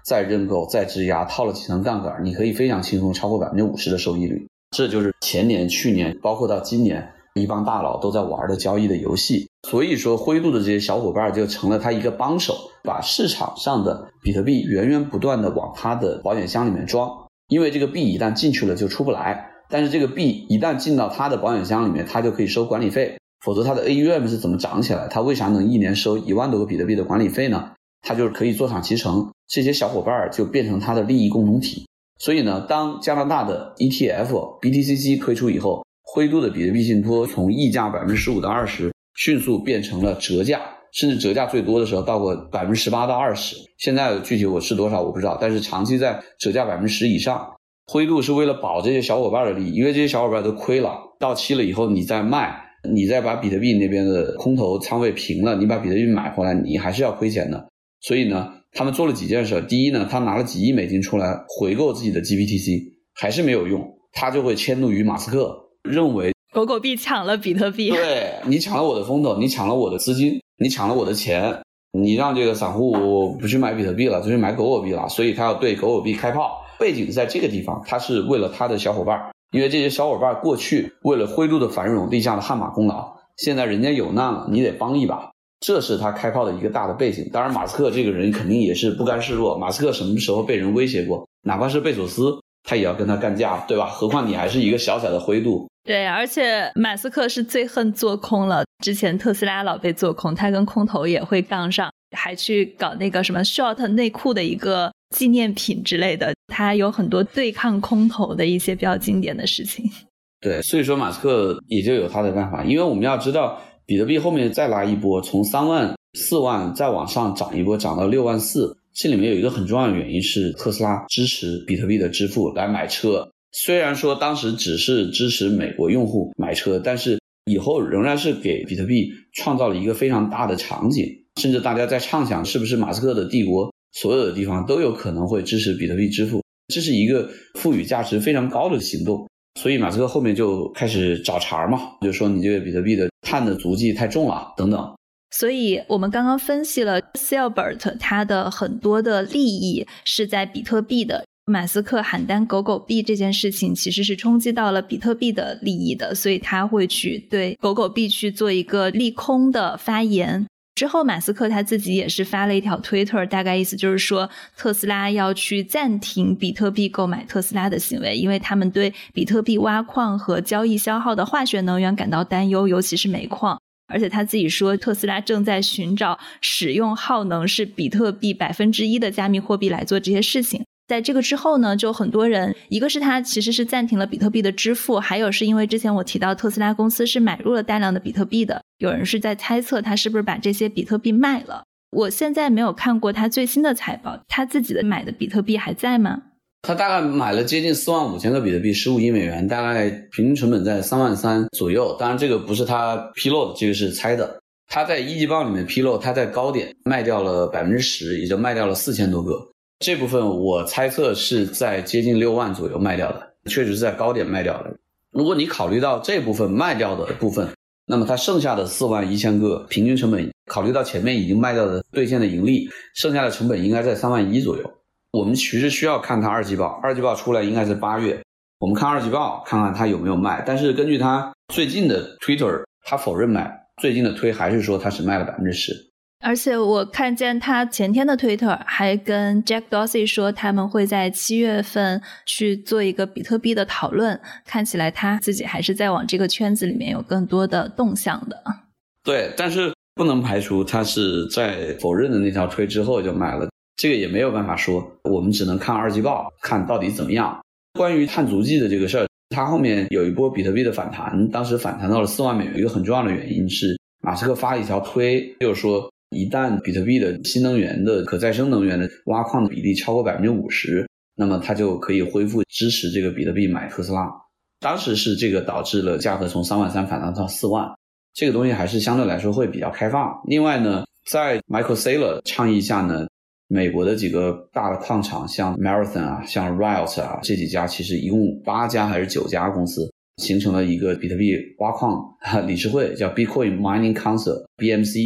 再认购再质押，套了几层杠杆，你可以非常轻松超过 50% 的收益率。这就是前年去年包括到今年一帮大佬都在玩的交易的游戏。所以说灰度的这些小伙伴就成了他一个帮手，把市场上的比特币源源不断的往他的保险箱里面装，因为这个币一旦进去了就出不来，但是这个币一旦进到他的保险箱里面，他就可以收管理费，否则他的 AUM 是怎么涨起来？他为啥能一年收1万多个比特币的管理费呢？他就是可以坐享其成，这些小伙伴就变成他的利益共同体。所以呢，当加拿大的 ETF BTCC 推出以后，灰度的比特币信托从溢价 15% 到 20% 迅速变成了折价，甚至折价最多的时候到过 18% 到 20%， 现在具体我是多少我不知道，但是长期在折价 10% 以上。灰度是为了保这些小伙伴的利益，因为这些小伙伴都亏了，到期了以后你再卖，你再把比特币那边的空头仓位平了，你把比特币买回来，你还是要亏钱的。所以呢，他们做了几件事。第一呢，他拿了几亿美金出来回购自己的 GBTC， 还是没有用，他就会迁怒于马斯克，认为狗狗币抢了比特币， 对，你抢了我的风头，你抢了我的资金，你抢了我的钱，你让这个散户不去买比特币了，就去买狗狗币了，所以他要对狗狗币开炮。背景在这个地方，他是为了他的小伙伴，因为这些小伙伴过去为了灰度的繁荣立下了汗马功劳，现在人家有难了，你得帮一把，这是他开炮的一个大的背景。当然马斯克这个人肯定也是不甘示弱，马斯克什么时候被人威胁过？哪怕是贝索斯他也要跟他干架，对吧？何况你还是一个小小的灰度。 对，而且马斯克是最恨做空了，之前特斯拉老被做空，他跟空头也会杠上，还去搞那个什么 short 内裤的一个纪念品之类的，他有很多对抗空头的一些比较经典的事情。 对，所以说马斯克也就有他的办法，因为我们要知道比特币后面再拉一波，从3万4万再往上涨一波，涨到6万4，这里面有一个很重要的原因是特斯拉支持比特币的支付来买车。虽然说当时只是支持美国用户买车，但是以后仍然是给比特币创造了一个非常大的场景，甚至大家在畅想是不是马斯克的帝国所有的地方都有可能会支持比特币支付，这是一个赋予价值非常高的行动。所以马斯克后面就开始找茬嘛，就说你这个比特币的碳的足迹太重了等等。 所以我们刚刚分析了 Silbert 他的很多的利益是在比特币的，马斯克喊单狗狗币这件事情其实是冲击到了比特币的利益的，所以他会去对狗狗币去做一个利空的发言。之后马斯克他自己也是发了一条 Twitter， 大概意思就是说特斯拉要去暂停比特币购买特斯拉的行为，因为他们对比特币挖矿和交易消耗的化学能源感到担忧，尤其是煤矿。而且他自己说特斯拉正在寻找使用耗能是比特币 1% 的加密货币来做这些事情。在这个之后呢，就很多人，一个是他其实是暂停了比特币的支付，还有是因为之前我提到特斯拉公司是买入了大量的比特币的，有人是在猜测他是不是把这些比特币卖了。我现在没有看过他最新的财报，他自己的买的比特币还在吗？ 他大概买了接近45000个比特币，15亿美元，大概平均成本在3万3左右。当然这个不是他披露的，这个是猜的。他在一季报里面披露，他在高点卖掉了 10%， 也就卖掉了4000多个。这部分我猜测是在接近6万左右卖掉的，确实是在高点卖掉的。如果你考虑到这部分卖掉的部分，那么它剩下的4万1000个平均成本，考虑到前面已经卖掉的兑现的盈利，剩下的成本应该在3万1左右。我们其实需要看它二季报，二季报出来应该是8月，我们看二季报看看它有没有卖。但是根据它最近的 Twitter， 它否认卖，最近的推还是说它只卖了 10%。 而且我看见他前天的 Twitter 还跟 Jack Dorsey 说他们会在7月份去做一个比特币的讨论，看起来他自己还是在往这个圈子里面有更多的动向的。 对，但是不能排除他是在否认的那条推之后就卖了，这个也没有办法说，我们只能看二季报看到底怎么样。关于碳足迹的这个事儿，它后面有一波比特币的反弹，当时反弹到了4万美元，一个很重要的原因是马斯克发了一条推，就是说一旦比特币的新能源的可再生能源的挖矿的比例超过 50%， 那么它就可以恢复支持这个比特币买特斯拉。当时是这个导致了价格从3万3反弹到4万，这个东西还是相对来说会比较开放。另外呢，在 Michael Saylor 倡议下呢，美国的几个大的矿场像 Marathon 啊，像 Riot 啊，这几家其实一共8家还是9家公司形成了一个比特币挖矿理事会，叫 Bitcoin Mining Council BMC。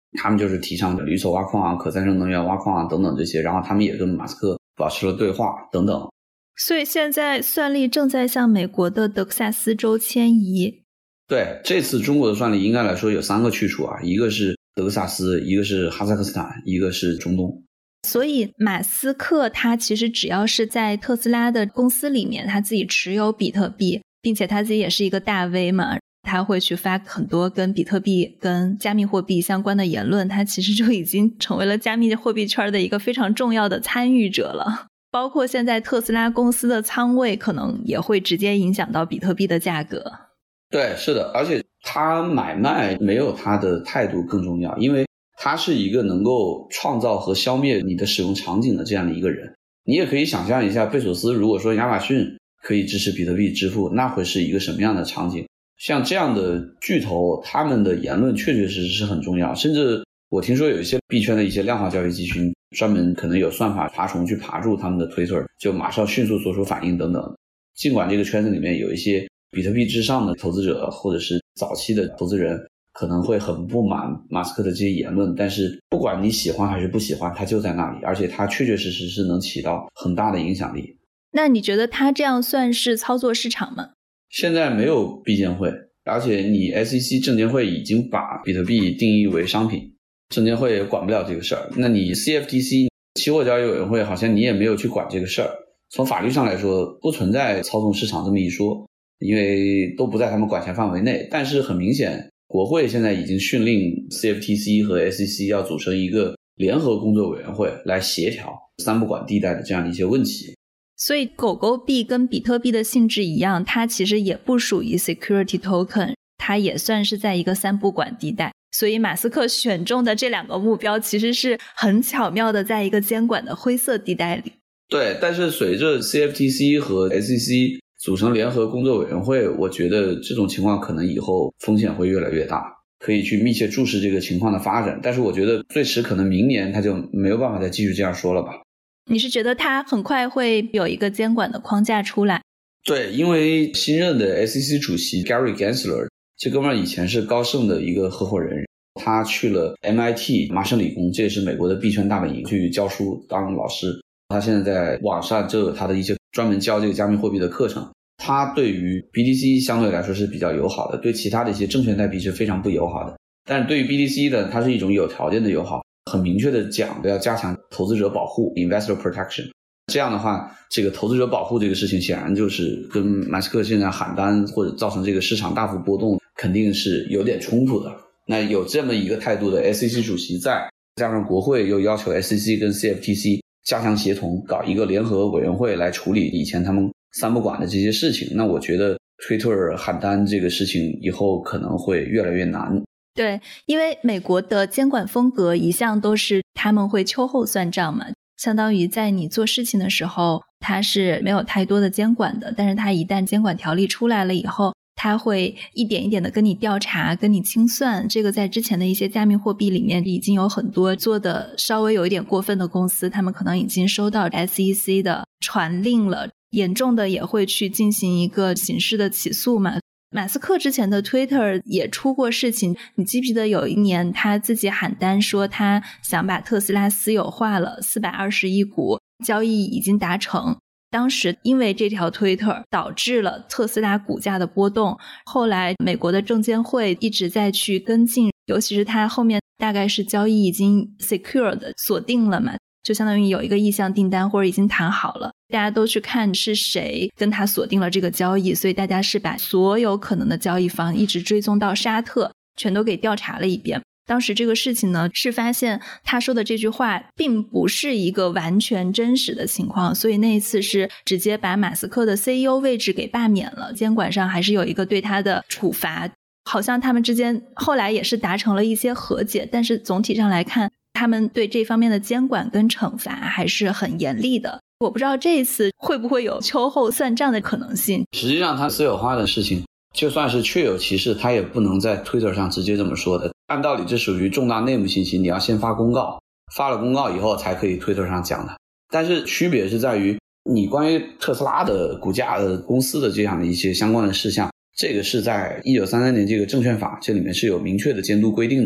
他们就是提倡的绿色挖矿啊、可再生能源挖矿啊等等这些，然后他们也跟马斯克保持了对话等等。 所以现在算力正在向美国的德克萨斯州迁移。 对，这次中国的算力应该来说有3个去处啊，一个是德克萨斯，一个是哈萨克斯坦，一个是中东。 所以马斯克他其实只要是在特斯拉的公司里面，他自己持有比特币，并且他自己也是一个大 V 嘛，他会去发很多跟比特币跟加密货币相关的言论，他其实就已经成为了加密货币圈的一个非常重要的参与者了。包括现在特斯拉公司的仓位可能也会直接影响到比特币的价格。 对，是的，而且他买卖没有他的态度更重要，因为他是一个能够创造和消灭你的使用场景的这样的一个人。你也可以想象一下，贝索斯如果说亚马逊可以支持比特币支付，那会是一个什么样的场景。像这样的巨头，他们的言论确确实实是很重要，甚至我听说有一些币圈的一些量化交易集群专门可能有算法爬虫去爬住他们的 Twitter， 就马上迅速做出反应等等。尽管这个圈子里面有一些比特币之上的投资者或者是早期的投资人可能会很不满马斯克的这些言论，但是不管你喜欢还是不喜欢，他就在那里，而且他确确实实是能起到很大的影响力。 那你觉得他这样算是操作市场吗？现在没有币监会，而且你 SEC 证监会已经把比特币定义为商品，证监会也管不了这个事儿。那你 CFTC 期货交易委员会好像你也没有去管这个事儿。从法律上来说不存在操纵市场这么一说，因为都不在他们管辖范围内。但是很明显，国会现在已经训令 CFTC 和 SEC 要组成一个联合工作委员会来协调三不管地带的这样的一些问题。 所以狗狗币跟比特币的性质一样，它其实也不属于 security token， 它也算是在一个三不管地带。所以马斯克选中的这两个目标其实是很巧妙的在一个监管的灰色地带里。 对，但是随着 CFTC 和 SEC 组成联合工作委员会，我觉得这种情况可能以后风险会越来越大，可以去密切注视这个情况的发展。但是我觉得最迟可能明年他就没有办法再继续这样说了吧。 你是觉得他很快会有一个监管的框架出来？ 对，因为新任的 SEC 主席 Gary Gensler 这哥们儿以前是高盛的一个合伙人，他去了 MIT 麻省理工，这也是美国的币圈大本营，去教书当老师。他现在在网上就有他的一些专门教这个加密货币的课程。他对于 BTC 相对来说是比较友好的，对其他的一些证券代币是非常不友好的。但是对于 BTC 呢，它是一种有条件的友好，很明确的讲的要加强投资者保护 Investor Protection。 这样的话，这个投资者保护这个事情显然就是跟马斯克现在喊单或者造成这个市场大幅波动肯定是有点冲突的。那有这么一个态度的 SEC 主席在，加上国会又要求 SEC 跟 CFTC 加强协同，搞一个联合委员会来处理以前他们三不管的这些事情，那我觉得 Twitter 喊单这个事情以后可能会越来越难。 对，因为美国的监管风格一向都是他们会秋后算账嘛，相当于在你做事情的时候它是没有太多的监管的，但是它一旦监管条例出来了以后，它会一点一点的跟你调查跟你清算。这个在之前的一些加密货币里面已经有很多做的稍微有一点过分的公司，他们可能已经收到 SEC 的传令了，严重的也会去进行一个刑事的起诉嘛。马斯克之前的 Twitter 也出过事情，你记不记得有一年他自己喊单说他想把特斯拉私有化了，420亿股交易已经达成。当时因为这条 Twitter 导致了特斯拉股价的波动，后来美国的证监会一直在去跟进，尤其是他后面大概是交易已经 secure 的锁定了嘛，就相当于有一个意向订单或者已经谈好了，大家都去看是谁跟他锁定了这个交易，所以大家是把所有可能的交易方一直追踪到沙特，全都给调查了一遍。当时这个事情呢，是发现他说的这句话并不是一个完全真实的情况，所以那一次是直接把马斯克的 CEO 位置给罢免了，监管上还是有一个对他的处罚。好像他们之间后来也是达成了一些和解，但是总体上来看，他们对这方面的监管跟惩罚还是很严厉的。我不知道这一次会不会有秋后算账的可能性。 实际上他私有化的事情就算是确有其事，他也不能在 Twitter 上直接这么说的。按道理这属于重大内幕信息，你要先发公告，发了公告以后才可以 Twitter 上讲的。但是区别是在于你关于特斯拉的股价的公司的这样的一些相关的事项，这个是在1933年这个证券法这里面是有明确的监督规定的，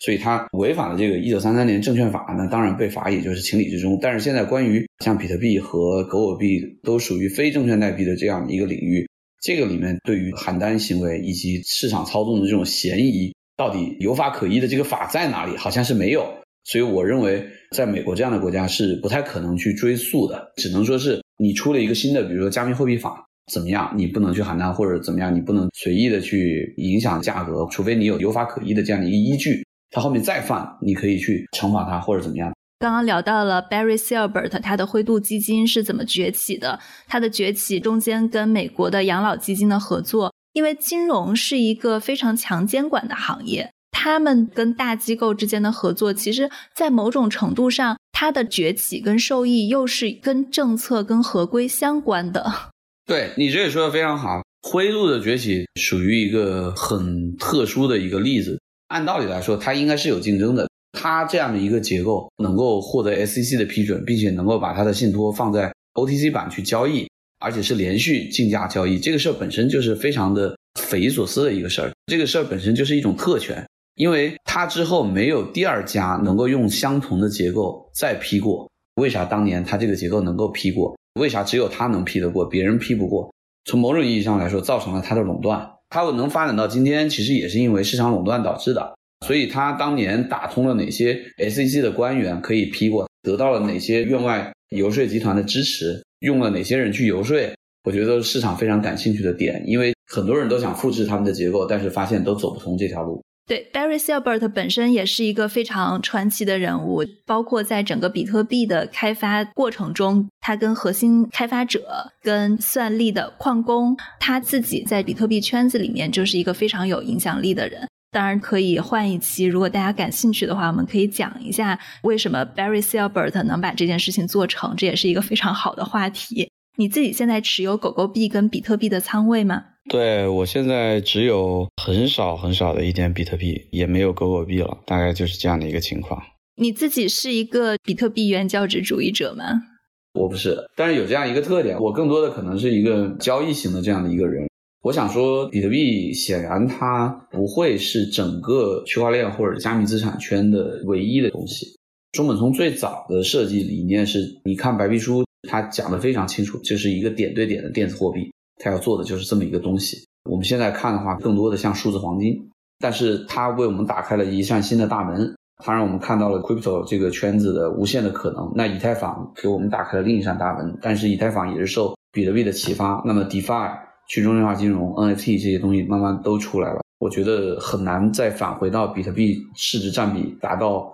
所以他违反了这个1933年证券法，那当然被罚也就是情理之中。但是现在关于像比特币和狗狗币都属于非证券代币的这样一个领域，这个里面对于喊单行为以及市场操纵的这种嫌疑，到底有法可依的这个法在哪里，好像是没有。所以我认为在美国这样的国家是不太可能去追溯的，只能说是你出了一个新的比如说加密货币法怎么样，你不能去喊单，或者怎么样，你不能随意的去影响价格，除非你有法可依的这样的一个依据，他后面再犯你可以去惩罚他或者怎么样。 刚刚聊到了 Barry Silbert 他的灰度基金是怎么崛起的，他的崛起中间跟美国的养老基金的合作，因为金融是一个非常强监管的行业，他们跟大机构之间的合作，其实在某种程度上它的崛起跟受益又是跟政策跟合规相关的。 对，你这也说的非常好，灰度的崛起属于一个很特殊的一个例子。按道理来说它应该是有竞争的，它这样的一个结构能够获得 SEC 的批准，并且能够把它的信托放在 OTC 版去交易，而且是连续竞价交易，这个事儿本身就是非常的匪夷所思的一个事儿。这个事儿本身就是一种特权，因为它之后没有第二家能够用相同的结构再批过。为啥当年它这个结构能够批过？为啥只有它能批得过，别人批不过？从某种意义上来说，造成了它的垄断。它能发展到今天，其实也是因为市场垄断导致的。所以它当年打通了哪些 SEC 的官员可以批过，得到了哪些院外游说集团的支持，用了哪些人去游说，我觉得都是市场非常感兴趣的点。因为很多人都想复制他们的结构，但是发现都走不通这条路。 对， Barry Silbert 本身也是一个非常传奇的人物，包括在整个比特币的开发过程中，他跟核心开发者跟算力的矿工，他自己在比特币圈子里面就是一个非常有影响力的人。当然可以换一期，如果大家感兴趣的话，我们可以讲一下为什么 Barry Silbert 能把这件事情做成，这也是一个非常好的话题。你自己现在持有狗狗币跟比特币的仓位吗？ 对，我现在只有很少很少的一点比特币，也没有狗狗币了，大概就是这样的一个情况。 你自己是一个比特币原教旨主义者吗？ 我不是，但是有这样一个特点，我更多的可能是一个交易型的这样的一个人。我想说比特币显然它不会是整个区块链或者加密资产圈的唯一的东西。中本聪最早的设计理念是，你看白皮书他讲得非常清楚，就是一个点对点的电子货币，他要做的就是这么一个东西。我们现在看的话更多的像数字黄金，但是它为我们打开了一扇新的大门，它让我们看到了 crypto 这个圈子的无限的可能。那以太坊给我们打开了另一扇大门，但是以太坊也是受比特币的启发，那么 DeFi 去中心化金融 NFT 这些东西慢慢都出来了。我觉得很难再返回到比特币市值占比达到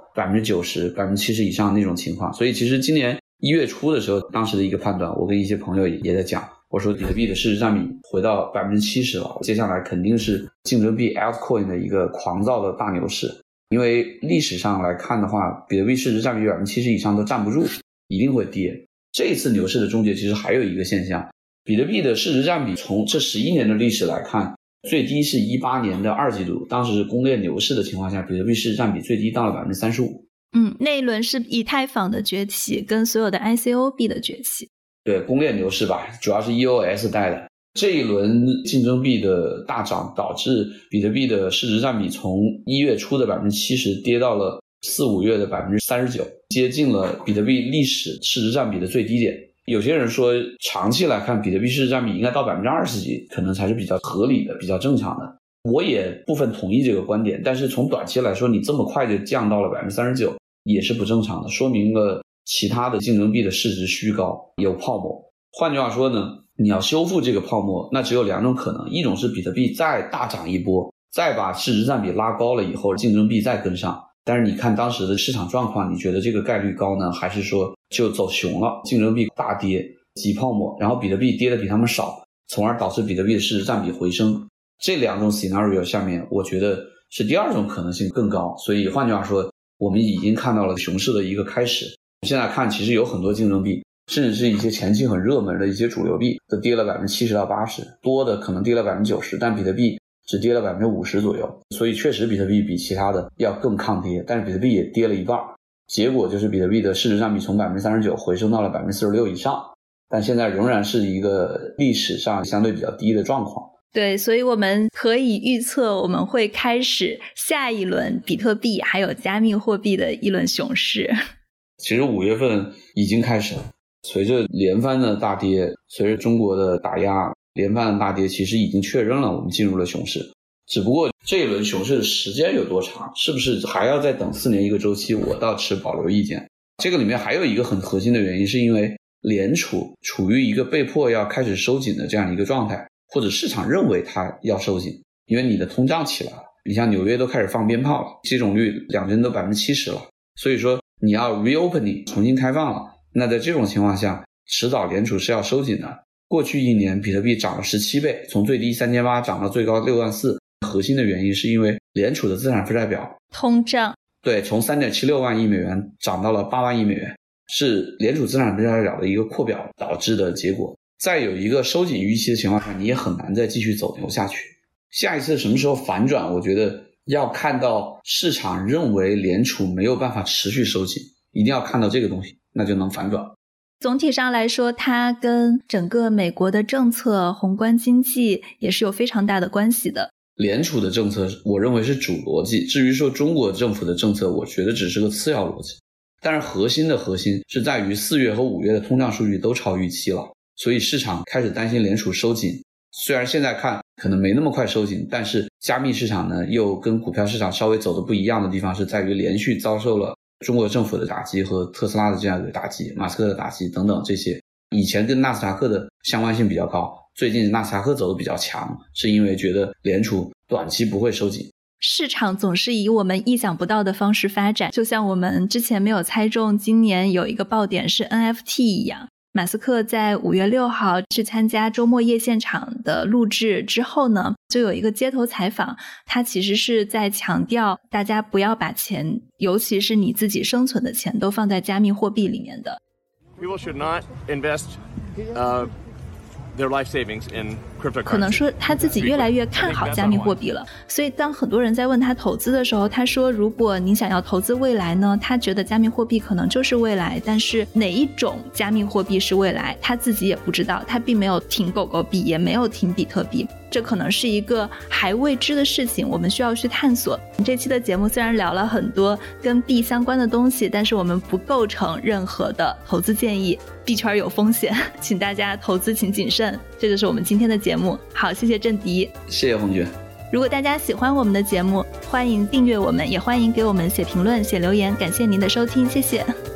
90%、70% 以上那种情况。所以其实今年1月初的时候，当时的一个判断，我跟一些朋友也在讲，我说比特币的市值占比回到 70% 了，接下来肯定是竞争币 altcoin 的一个狂躁的大牛市。因为历史上来看的话，比特币市值占比 70% 以上都站不住，一定会跌。这一次牛市的终结其实还有一个现象，比特币的市值占比从这11年的历史来看，最低是18年的2季度，当时是公链牛市的情况下，比特币市值占比最低到了 35%。 那一轮是以太坊的崛起跟所有的 ICO 币的崛起。 对，公链牛市吧，主要是 EOS 带的。这一轮竞争币的大涨，导致比特币的市值占比从1月初的 70% 跌到了4、5月的 39%， 接近了比特币历史市值占比的最低点。有些人说长期来看比特币市值占比应该到 20% 几可能才是比较合理的，比较正常的。我也部分同意这个观点，但是从短期来说，你这么快就降到了 39%也是不正常的，说明了其他的竞争币的市值虚高，有泡沫。换句话说呢，你要修复这个泡沫，那只有两种可能，一种是比特币再大涨一波，再把市值占比拉高了以后，竞争币再跟上。但是你看当时的市场状况，你觉得这个概率高呢，还是说就走熊了，竞争币大跌挤泡沫，然后比特币跌的比他们少，从而导致比特币的市值占比回升。这两种 scenario 下面，我觉得是第二种可能性更高。所以换句话说，我们已经看到了熊市的一个开始。现在看其实有很多竞争币，甚至是一些前期很热门的一些主流币都跌了 70%到80%， 多的可能跌了 90%， 但比特币只跌了 50% 左右。所以确实比特币比其他的要更抗跌，但是比特币也跌了一半，结果就是比特币的市值占比从 39% 回升到了 46% 以上，但现在仍然是一个历史上相对比较低的状况。 对，所以我们可以预测我们会开始下一轮比特币还有加密货币的一轮熊市。 其实5月份已经开始了，随着连番的大跌，随着中国的打压，连番的大跌其实已经确认了我们进入了熊市。只不过这一轮熊市的时间有多长，是不是还要再等4年一个周期，我倒持保留意见。这个里面还有一个很核心的原因，是因为联储处于一个被迫要开始收紧的这样一个状态，或者市场认为它要收紧，因为你的通胀起来了，你像纽约都开始放鞭炮了，接种率两针都 70% 了，所以说你要 reopening 重新开放了。那在这种情况下，迟早联储是要收紧的。过去1年比特币涨了17倍，从最低3800涨到最高64000，核心的原因是因为联储的资产负债表通胀， 对，从 3.76 万亿美元涨到了8万亿美元，是联储资产负债表的一个扩表导致的结果。在有一个收紧预期的情况下，你也很难再继续走牛下去。下一次什么时候反转，我觉得要看到市场认为联储没有办法持续收紧，一定要看到这个东西，那就能反转。 总体上来说，它跟整个美国的政策、宏观经济也是有非常大的关系的。 联储的政策我认为是主逻辑，至于说中国政府的政策，我觉得只是个次要逻辑。但是核心是在于4月和5月的通胀数据都超预期了，所以市场开始担心联储收紧。虽然现在看可能没那么快收紧，但是加密市场呢又跟股票市场稍微走的不一样的地方是在于连续遭受了中国政府的打击和特斯拉的这样一个打击，马斯克的打击等等，这些以前跟纳斯达克的相关性比较高，最近纳斯达克走的比较强，是因为觉得联储短期不会收紧。 市场总是以我们意想不到的方式发展，就像我们之前没有猜中今年有一个爆点是 NFT 一样。马斯克在5月6号去参加周末夜现场的录制之后呢，就有一个街头采访，他其实是在强调大家不要把钱，尤其是你自己生存的钱，都放在加密货币里面的。 People should not invest their life savings in cryptocurrency. 可能说他自己越来越看好加密货币了，所以当很多人在问他投资的时候，他说如果你想要投资未来呢，他觉得加密货币可能就是未来，但是哪一种加密货币是未来他自己也不知道，他并没有听狗狗币，也没有听比特币，这可能是一个还未知的事情，我们需要去探索。这期的节目虽然聊了很多跟币相关的东西，但是我们不构成任何的投资建议，币圈有风险，请大家投资请谨慎。这就是我们今天的节目。好，谢谢郑迪， 谢谢红军。 如果大家喜欢我们的节目，欢迎订阅我们，也欢迎给我们写评论写留言，感谢您的收听，谢谢。